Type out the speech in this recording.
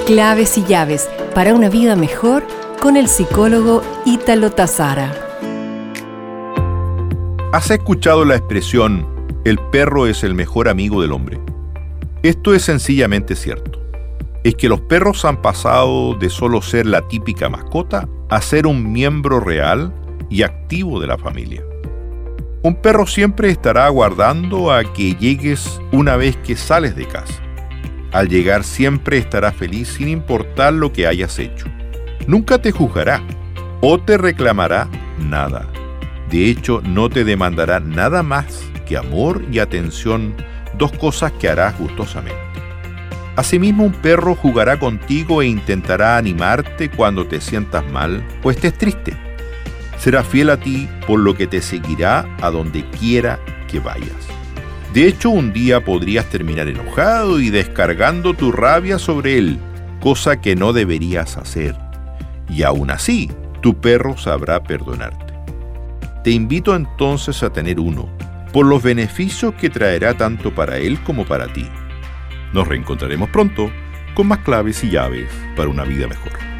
Claves y llaves para una vida mejor con el psicólogo Ítalo Tazara. ¿Has escuchado la expresión "el perro es el mejor amigo del hombre"? Esto es sencillamente cierto. Es que los perros han pasado de solo ser la típica mascota a ser un miembro real y activo de la familia. Un perro siempre estará aguardando a que llegues una vez que sales de casa. Al llegar siempre estará feliz sin importar lo que hayas hecho. Nunca te juzgará o te reclamará nada. De hecho, no te demandará nada más que amor y atención, dos cosas que harás gustosamente. Asimismo, un perro jugará contigo e intentará animarte cuando te sientas mal o estés triste. Será fiel a ti, por lo que te seguirá a donde quiera que vayas. De hecho, un día podrías terminar enojado y descargando tu rabia sobre él, cosa que no deberías hacer. Y aún así, tu perro sabrá perdonarte. Te invito entonces a tener uno, por los beneficios que traerá tanto para él como para ti. Nos reencontraremos pronto con más claves y llaves para una vida mejor.